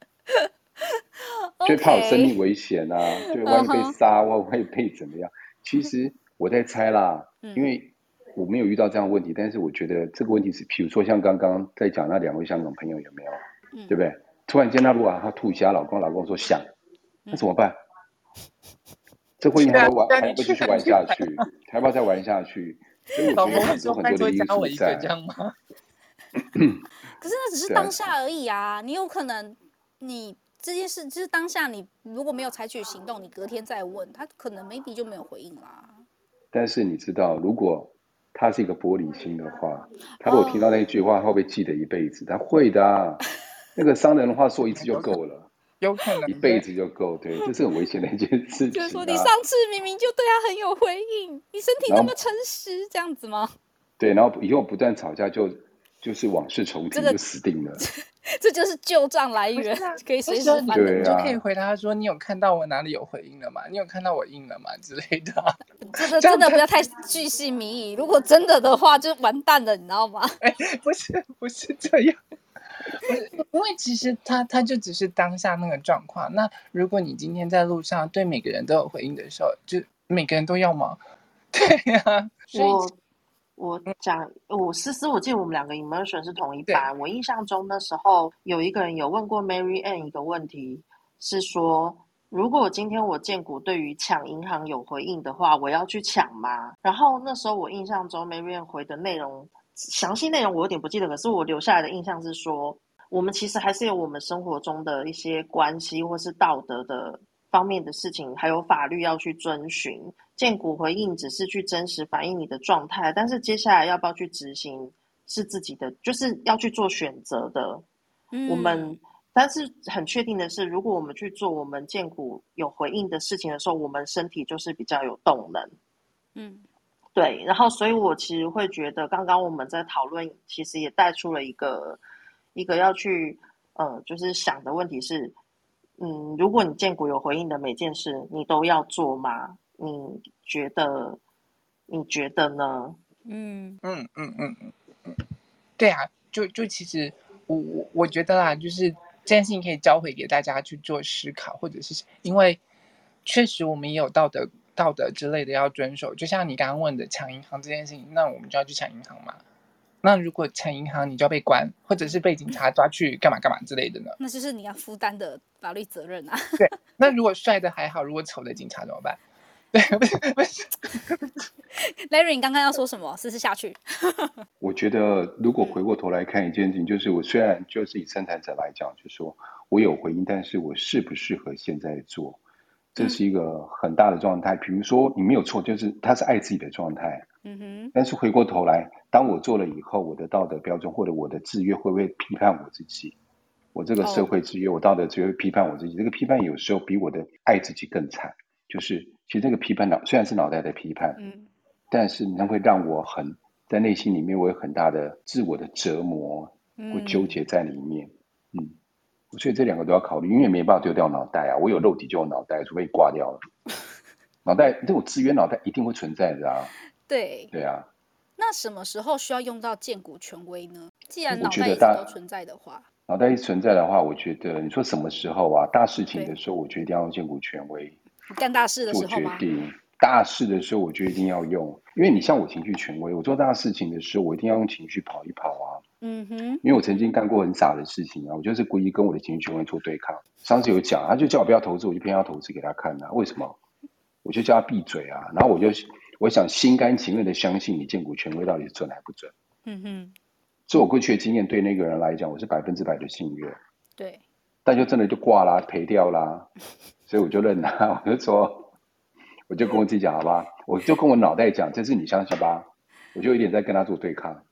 就怕有生命危险啊，就万一被杀，万一被怎么样？其实我在猜啦，因为我没有遇到这样的问题，但是我觉得这个问题是，比如说像刚刚在讲那2位香港朋友有没有，对不对？突然间他如果他吐血，老公说想，那怎么办？这婚姻还要不继续玩下去？还要不要再玩下去？所以我觉得有很多的因素在。 可是那只是当下而已啊，你有可能你这件事就是当下你如果没有采取行动，你隔天再问他，可能 maybe 就没有回应啦。 但是你知道，如果他是一个玻璃心的话，他如果听到那句话，他会不会记得一辈子？他会的啊。那个伤人的话说一次就够了， 有可能一辈子就够。对，这是很危险的一件事情。 就是说，你上次明明就对他很有回应，你身体那么诚实，这样子吗？ 对，然后以后不断吵架就是往事重提，就死定了。 这就是旧账来源，可以随时翻的。 你就可以回答说：“你有看到我哪里有回应了吗？你有看到我应了吗？”之类的。 真的不要太巨细靡遗，如果真的的话，就完蛋了，你知道吗？ 不是这样。 因为其实他就只是当下那个状况。那如果你今天在路上对每个人都有回应的时候，就每个人都要吗？对呀、所以我思思，我记得我们两个 immersion 是同一对， 班。我印象中那时候有一个人有问过 Mary Ann 一个问题，是说如果今天我建股对于抢银行有回应的话，我要去抢吗？然后那时候我印象中 Mary Ann 回的内容，详细内容我有点不记得，可是我留下来的印象是说，我们其实还是有我们生活中的一些关系或是道德的方面的事情，还有法律要去遵循。建股回应只是去真实反映你的状态，但是接下来要不要去执行是自己的，就是要去做选择的。我们但是很确定的是，如果我们去做我们建股有回应的事情的时候，我们身体就是比较有动能。对，然后所以我其实会觉得，刚刚我们在讨论，其实也带出了一个要去就是想的问题是，如果你建股有回应的每件事，你都要做吗？你觉得呢？ 对啊，就其实我觉得啦，就是这件事情可以教会给大家去做思考，或者是因为确实我们也有道德之类的要遵守。就像你刚刚问的抢银行这件事情，那我们就要去抢银行嘛。那如果抢银行，你就要被关，或者是被警察抓去干嘛干嘛之类的呢？ 那就是你要负担的法律责任啊。 对，那如果帅的还好，如果丑的警察怎么办？对，不是。 Larry， 你刚刚要说什么？试试下去。 我觉得如果回过头来看一件事情，就是我虽然就是以生产者来讲，就说我有回应，但是我适不适合现在做，这是一个很大的状态。比如说你没有错，就是他是爱自己的状态。但是回过头来，当我做了以后，我的道德标准或者我的制约会不会批判我自己？我这个社会制约，我道德制约会批判我自己。这个批判有时候比我的爱自己更惨。就是其实这个批判虽然是脑袋的批判，但是它会让我在内心里面我有很大的自我的折磨，会纠结在里面。所以这两个都要考虑，因为没办法丢掉脑袋啊。我有肉体就有脑袋，除非挂掉了。脑袋这种制约，脑袋一定会存在的啊。对啊。 那什么时候需要用到建股权威呢？既然脑我觉得袋一直都存在的话， 脑袋一直存在的话，我觉得你说什么时候啊？大事情的时候，我觉得一定要用建股权威。 干大事的时做决候吗？ 定，大事的时候，我觉得一定要用，因为你像我情绪权威，我做大事情的时候，我一定要用情绪跑一跑啊。因为我曾经干过很傻的事情啊，我就是故意跟我的情绪权威做对抗。上次有讲，他就叫我不要投资，我就偏要投资给他看啊。为什么？我就叫他闭嘴啊。然后我想心甘情愿的相信你建股权威到底是准还不准。所以我过去的经验对那个人来讲，我是100%的信任。 对。 但就真的就挂啦，赔掉啦，所以我就认了，我就说，我就跟我自己讲，好吧，我就跟我脑袋讲，这次你相信吧，我就有点在跟他做对抗。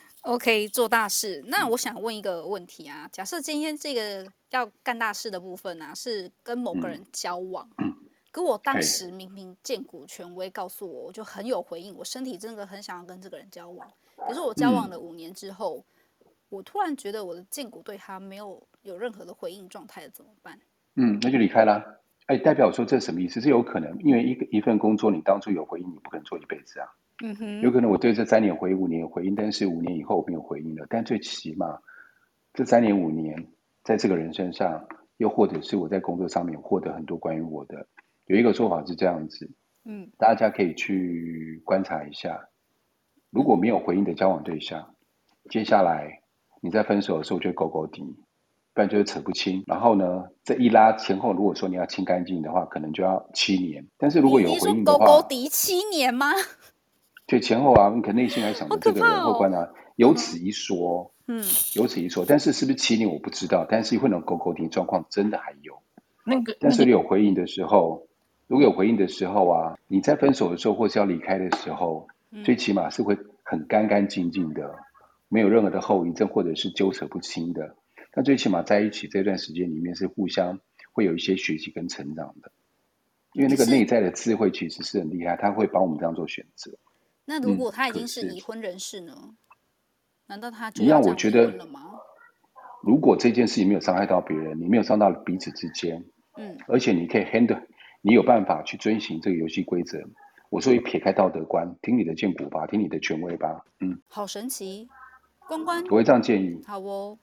OK， 做大事。那我想问一个问题啊，假设今天这个要干大事的部分啊，是跟某个人交往，可我当时明明建股权威告诉我，我就很有回应，我身体真的很想要跟这个人交往。可是我交往了5年之后，我突然觉得我的建股对他没有任何的回应状态了，怎么办？ 那就离开啦。代表说这是什么意思？是有可能，因为一份工作，你当初有回应，你不可能做一辈子啊。有可能我对这3年回应、5年有回应，但是5年以后我没有回应了。但最起码这3年、5年，在这个人身上，又或者是我在工作上面获得很多关于我的。有一个说法是这样子，大家可以去观察一下，如果没有回应的交往对象，接下来你在分手的时候就会勾勾底，不然就是扯不清。然后呢，这一拉前后，如果说你要清干净的话，可能就要7年。但是如果有回应的话， 你说勾勾底7年吗？ 对，前后啊，你可能内心还想着这个人，或观察，有此一说，有此一说。但是是不是7年我不知道，但是会能勾勾底状况真的还有。但是有回应的时候，如果有回应的时候啊，你在分手的时候或是要离开的时候，最起码是会很干干净净的，没有任何的后遗症或者是纠扯不清的。但最起码在一起这段时间里面是互相会有一些学习跟成长的，因为那个内在的智慧其实是很厉害，他会帮我们这样做选择。 那如果他已经是已婚人士呢？难道他就一样？ 这我觉得样离婚了吗？ 如果这件事情没有伤害到别人，你没有伤到彼此之间，而且你可以 handle， 你有办法去遵循这个游戏规则。我说撇开道德观，听你的建股吧，听你的权威吧。 好神奇，关关， 我会这样建议。 好哦。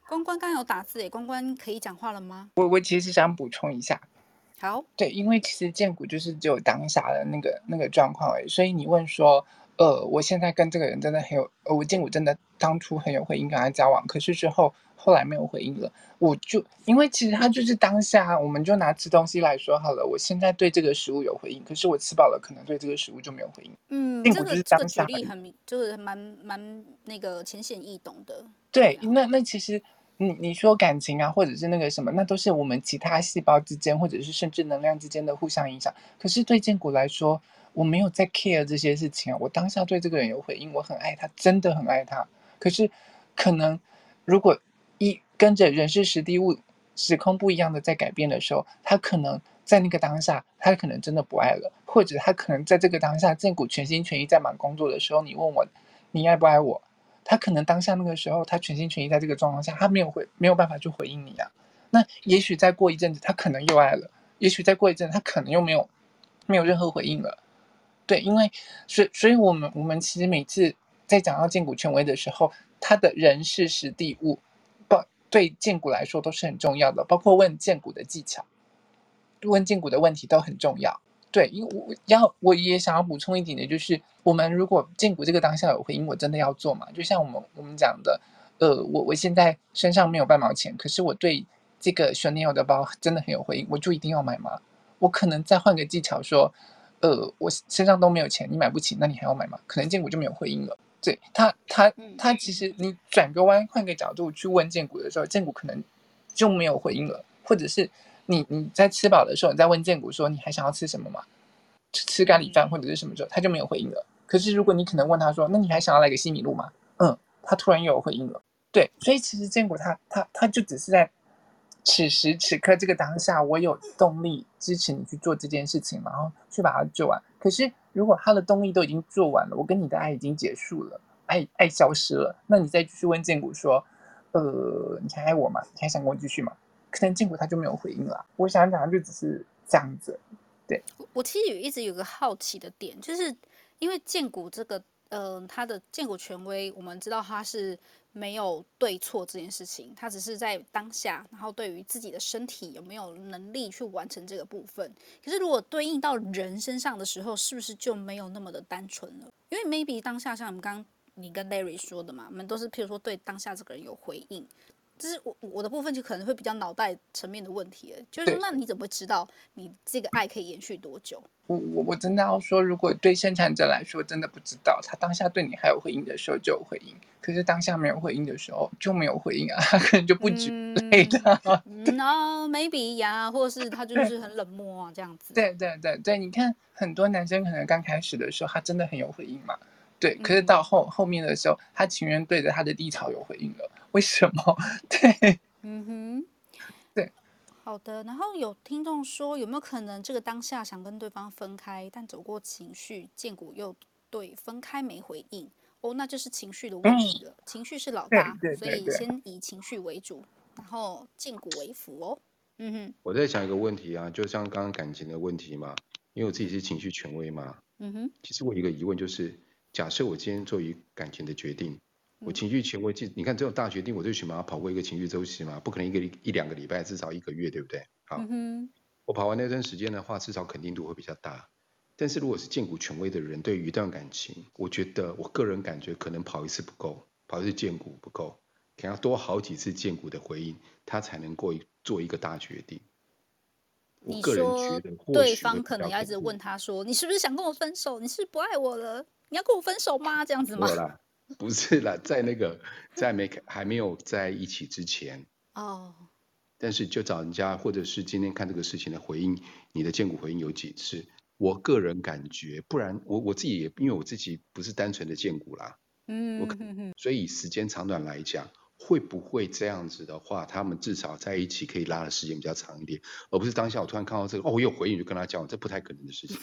关关刚有打字耶，关关可以讲话了吗？ 我其实想补充一下。 好， 对，因为其实荐股就是只有当下的那个状况而已，所以你问说，我现在跟这个人真的很有，我荐股真的当初很有回应跟他交往，可是之后后来没有回应了，我就因为其实他就是当下，我们就拿吃东西来说好了，我现在对这个食物有回应，可是我吃饱了，可能对这个食物就没有回应。荐股就是这个举当下例就是蛮那个浅显易懂的。 对， 啊、 那其实你说感情啊，或者是那个什么，那都是我们其他细胞之间，或者是甚至能量之间的互相影响。可是对建国来说，我没有在 care 这些事情啊。我当下对这个人有回应，我很爱他，真的很爱他。可是可能如果跟着人事时地物时空不一样的在改变的时候，他可能在那个当下，他可能真的不爱了，或者他可能在这个当下，建股全心全意在忙工作的时候，你问我你爱不爱我？他可能当下那个时候，他全心全意在这个状况下，他没有办法去回应你啊。那也许再过一阵子，他可能又爱了；也许再过一阵子，他可能又没有任何回应了。对，因为所以我们其实每次在讲到荐股权威的时候，他的人事时地物，对荐股来说都是很重要的，包括问荐股的技巧、问荐股的问题都很重要。对，因为我也想要补充一点的，就是我们如果荐股这个当下有回应，我真的要做嘛？就像我们讲的，我现在身上没有半毛钱，可是我对这个 Chanel 的包真的很有回应，我就一定要买吗？我可能再换个技巧说，我身上都没有钱，你买不起，那你还要买吗？可能荐股就没有回应了。对他其实你转个弯，换个角度去问荐股的时候，荐股可能就没有回应了，或者是你在吃饱的时候，你在问荐股说你还想要吃什么吗？吃咖喱饭或者是什么时候，他就没有回应了。可是如果你可能问他说，那你还想要来个西米露吗？他突然又有回应了。对，所以其实坚果他就只是在此时此刻这个当下，我有动力支持你去做这件事情，然后去把它做完。可是如果他的动力都已经做完了，我跟你的爱已经结束了，爱消失了，那你再继续问坚果说，你还爱我吗？你还想跟我继续吗？可能坚果他就没有回应了。我想讲的就只是这样子。对， 我其实一直有个好奇的点，就是因为荐股这个，它的荐股权威，我们知道它是没有对错这件事情，它只是在当下，然后对于自己的身体有没有能力去完成这个部分。可是如果对应到人身上的时候，是不是就没有那么的单纯了？因为 maybe 当下像你跟 Larry 说的嘛，我们都是譬如说对当下这个人有回应。就是我的部分就可能会比较脑袋层面的问题了，就是说，那你怎么会知道你这个爱可以延续多久？ 我真的要说，如果对生产者来说真的不知道，他当下对你还有回应的时候就有回应，可是当下没有回应的时候就没有回应啊，他可能就不举类的。 maybe 呀，或者是他就是很冷漠啊，这样子。 对，你看很多男生可能刚开始的时候他真的很有回应嘛，对，可是到后面的时候，他情愿对着他的低潮有回应了，为什么？对，对。 好的，然后有听众说，有没有可能这个当下想跟对方分开，但走过情绪，荐股又对分开没回应，那就是情绪的问题了。情绪是老大，所以先以情绪为主，然后荐股为辅哦。 我在想一个问题啊，就像刚刚感情的问题嘛，因为我自己是情绪权威嘛。其实我有一个疑问就是，假设我今天做一感情的决定，我情绪权威，你看这种大决定，我就起码要跑过一个情绪周期嘛，不可能一两个礼拜，至少1个月，对不对？好，我跑完那段时间的话，至少肯定度会比较大。但是如果是荐股权威的人，对于一段感情，我觉得我个人感觉可能跑一次不够，跑一次荐股不够，可能要多好几次荐股的回应，他才能够做一个大决定。 你说对方可能要一直问他说：“你是不是想跟我分手？你是不是不爱我了？你要跟我分手吗？”这样子吗？ 没有啦，不是啦，在还没有在一起之前但是就找人家，或者是今天看这个事情的回应，你的荐股回应有几次？我个人感觉，不然我自己也因为我自己不是单纯的荐股啦，所以时间长短来讲，会不会这样子的话，他们至少在一起可以拉的时间比较长一点，而不是当下我突然看到这个，我有回应就跟他交往，这不太可能的事情。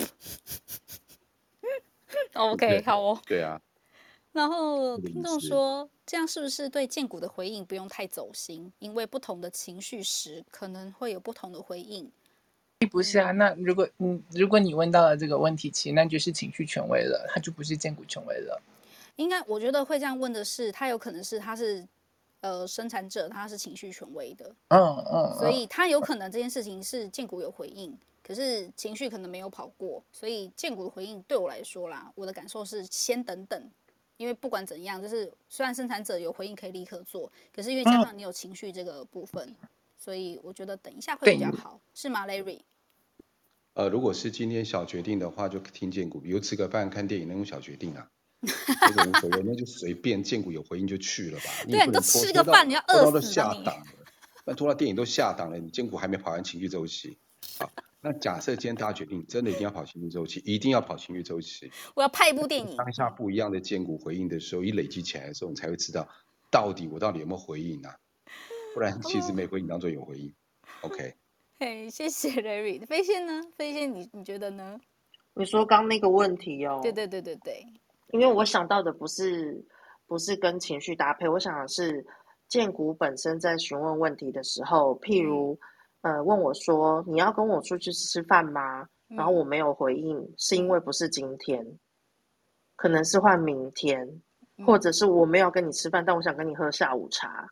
OK， 好哦。 对啊。 然后听众说，这样是不是对荐股的回应不用太走心？因为不同的情绪时，可能会有不同的回应。 不是啊，那如果你问到了这个问题，其实那就是情绪权威了，他就不是荐股权威了。 应该我觉得会这样问的是，他有可能是他是生产者他是情绪权威的， 所以他有可能这件事情是建股有回应，可是情绪可能没有跑过，所以建股的回应对我来说啦，我的感受是先等等，因为不管怎样，就是虽然生产者有回应可以立刻做，可是因为加上你有情绪这个部分，所以我觉得等一下会比较好，是吗 ，Larry？ 如果是今天小决定的话，就听建股，比如吃个饭、看电影那种小决定啊，这个无所谓，那就随便，建股有回应就去了吧。 对啊，你都吃个饭，你要饿死了你。那拖到电影都下档了，你建股还没跑完情绪周期。好，那假设今天大家决定真的一定要跑情绪周期，一定要跑情绪周期。 我要拍一部电影。 当下不一样的建股回应的时候，一累积起来的时候，你才会知道到底有没有回应啊？不然其实没回应当做有回应。OK。 嘿，谢谢 Larry。飞仙呢？飞仙你觉得呢？ 你说刚那个问题哦？ 对。 因为我想到的不是跟情绪搭配，我想的是建股本身在询问问题的时候，譬如问我说你要跟我出去吃饭吗？然后我没有回应，是因为不是今天，可能是换明天，或者是我没有跟你吃饭，但我想跟你喝下午茶。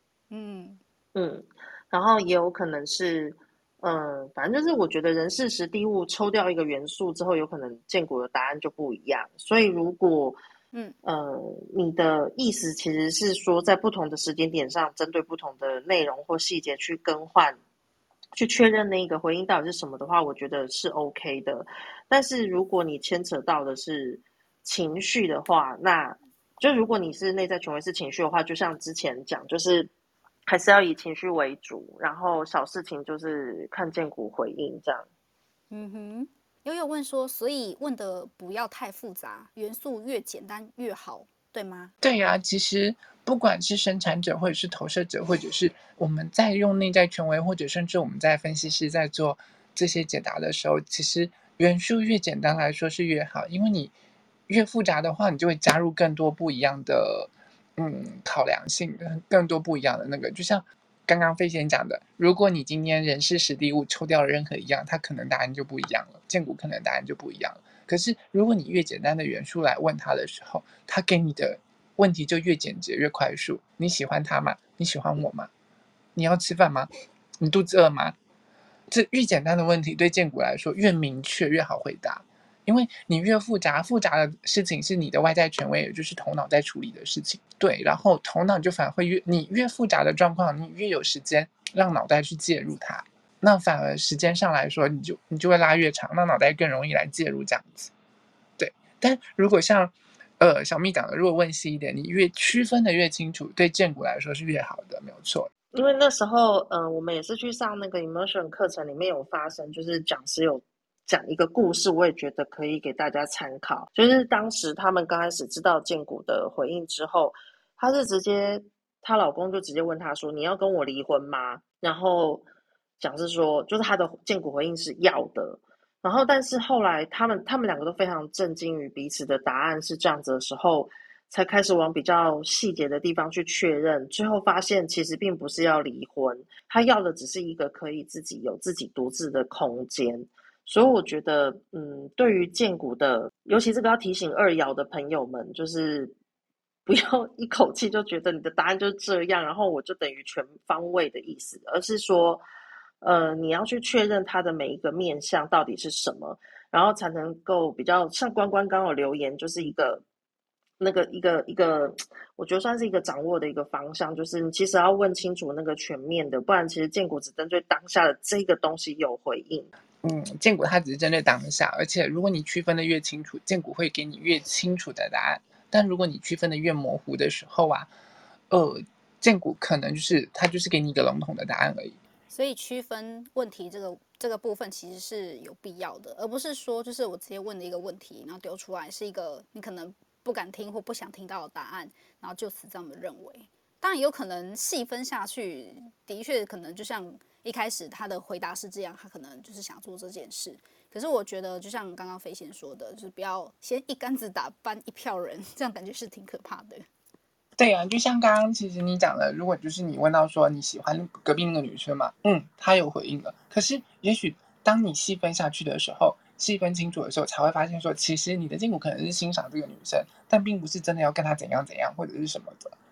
然后也有可能是反正就是我觉得人事时地物抽掉一个元素之后，有可能建股的答案就不一样。所以如果你的意思其实是说，在不同的时间点上，针对不同的内容或细节去更换，去确认那个回应到底是什么的话，我觉得是 OK 的。但是如果你牵扯到的是情绪的话，那就如果你是内在权威是情绪的话，就像之前讲，就是还是要以情绪为主，然后小事情就是看建股回应这样。 悠悠问说，所以问的不要太复杂，元素越简单越好，对吗？ 对呀，其实不管是生产者或者是投射者，或者是我们在用内在权威，或者甚至我们在分析师在做这些解答的时候，其实元素越简单来说是越好，因为你越复杂的话，你就会加入更多不一样的考量性，更多不一样的那个，就像刚刚飞仙讲的，如果你今天人事时地物抽掉了任何一样，它可能答案就不一样了，建股可能答案就不一样了。可是如果你越简单的元素来问他的时候，他给你的问题就越简洁越快速。你喜欢他吗？你喜欢我吗？你要吃饭吗？你肚子饿吗？这越简单的问题对建股来说越明确越好回答，因为你越复杂的事情是你的外在权威，也就是头脑在处理的事情。对，然后头脑就反而会你越复杂的状况，你越有时间让脑袋去介入它，那反而时间上来说，你就会拉越长，让脑袋更容易来介入这样子。对，但如果像小蜜讲的，如果问细一点，你越区分的越清楚，对建股来说是越好的，没有错。 因为那时候，我们也是去上那个 immersion 课程，里面有发生，就是讲师有讲一个故事，我也觉得可以给大家参考。就是当时他们刚开始知道建股的回应之后，她她老公就直接问她说：“你要跟我离婚吗？”然后讲师说，就是她的建股回应是要的。然后，但是后来他们两个都非常震惊于彼此的答案是这样子的时候，才开始往比较细节的地方去确认，最后发现其实并不是要离婚，他要的只是一个可以自己独自的空间。所以我觉得，对于建股的，尤其这个要提醒二爻的朋友们，就是不要一口气就觉得你的答案就是这样，然后我就等于全方位的意思，而是说，你要去确认它的每一个面向到底是什么，然后才能够比较像关关刚有留言，就是一个。一个，我觉得算是一个掌握的一个方向，就是你其实要问清楚那个全面的，不然其实建股只针对当下的这个东西有回应。 建股它只是针对当下，而且如果你区分的越清楚，建股会给你越清楚的答案。但如果你区分的越模糊的时候啊，建股可能它就是给你一个笼统的答案而已。 所以区分问题这个部分其实是有必要的，而不是说就是我直接问的一个问题，然后丢出来是一个你可能不敢听或不想听到的答案，然后就此这么认为。当然有可能细分下去，的确可能就像一开始他的回答是这样，他可能就是想做这件事。可是我觉得就像刚刚飞仙说的，就是不要先一竿子打翻一票人，这样感觉是挺可怕的。 对啊，就像刚刚其实你讲的，如果就是你问到说你喜欢隔壁那个女生嘛，她有回应了。可是也许当你细分下去的时候，细分清楚的时候，才会发现说，其实你的建股可能是欣赏这个女生，但并不是真的要跟她怎样怎样或者是什么的。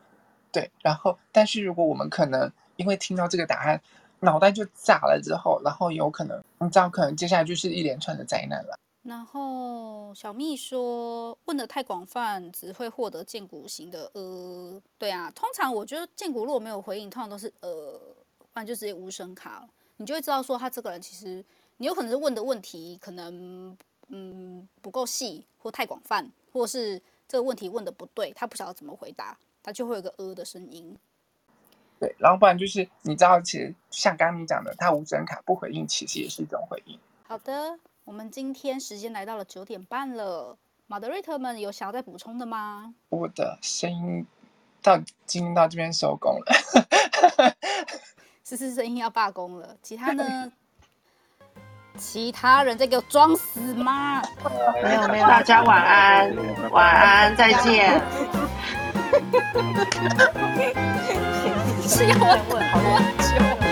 对，然后但是如果我们可能因为听到这个答案脑袋就炸了之后，然后有可能你知道可能接下来就是一连串的灾难了。 然后小蜜说问的太广泛只会获得荐股型的对啊，通常我觉得荐股如果没有回应通常都是不然就直接无声卡了，你就会知道说他这个人其实你有可能是问的问题可能不够细或太广泛，或是这个问题问的不对，他不晓得怎么回答，他就会有个的声音。 对，然后不然就是你知道其实像刚刚你讲的他无声卡不回应其实也是一种回应。 好的，我们今天时间来到了9点半了，Moderator 们有想要再补充的吗？ 我的声音今天到这边收工了， 思思声音要罢工了，其他呢？其他人在给我装死吗？ 没有，大家晚安，晚安，再见。 是要问好久。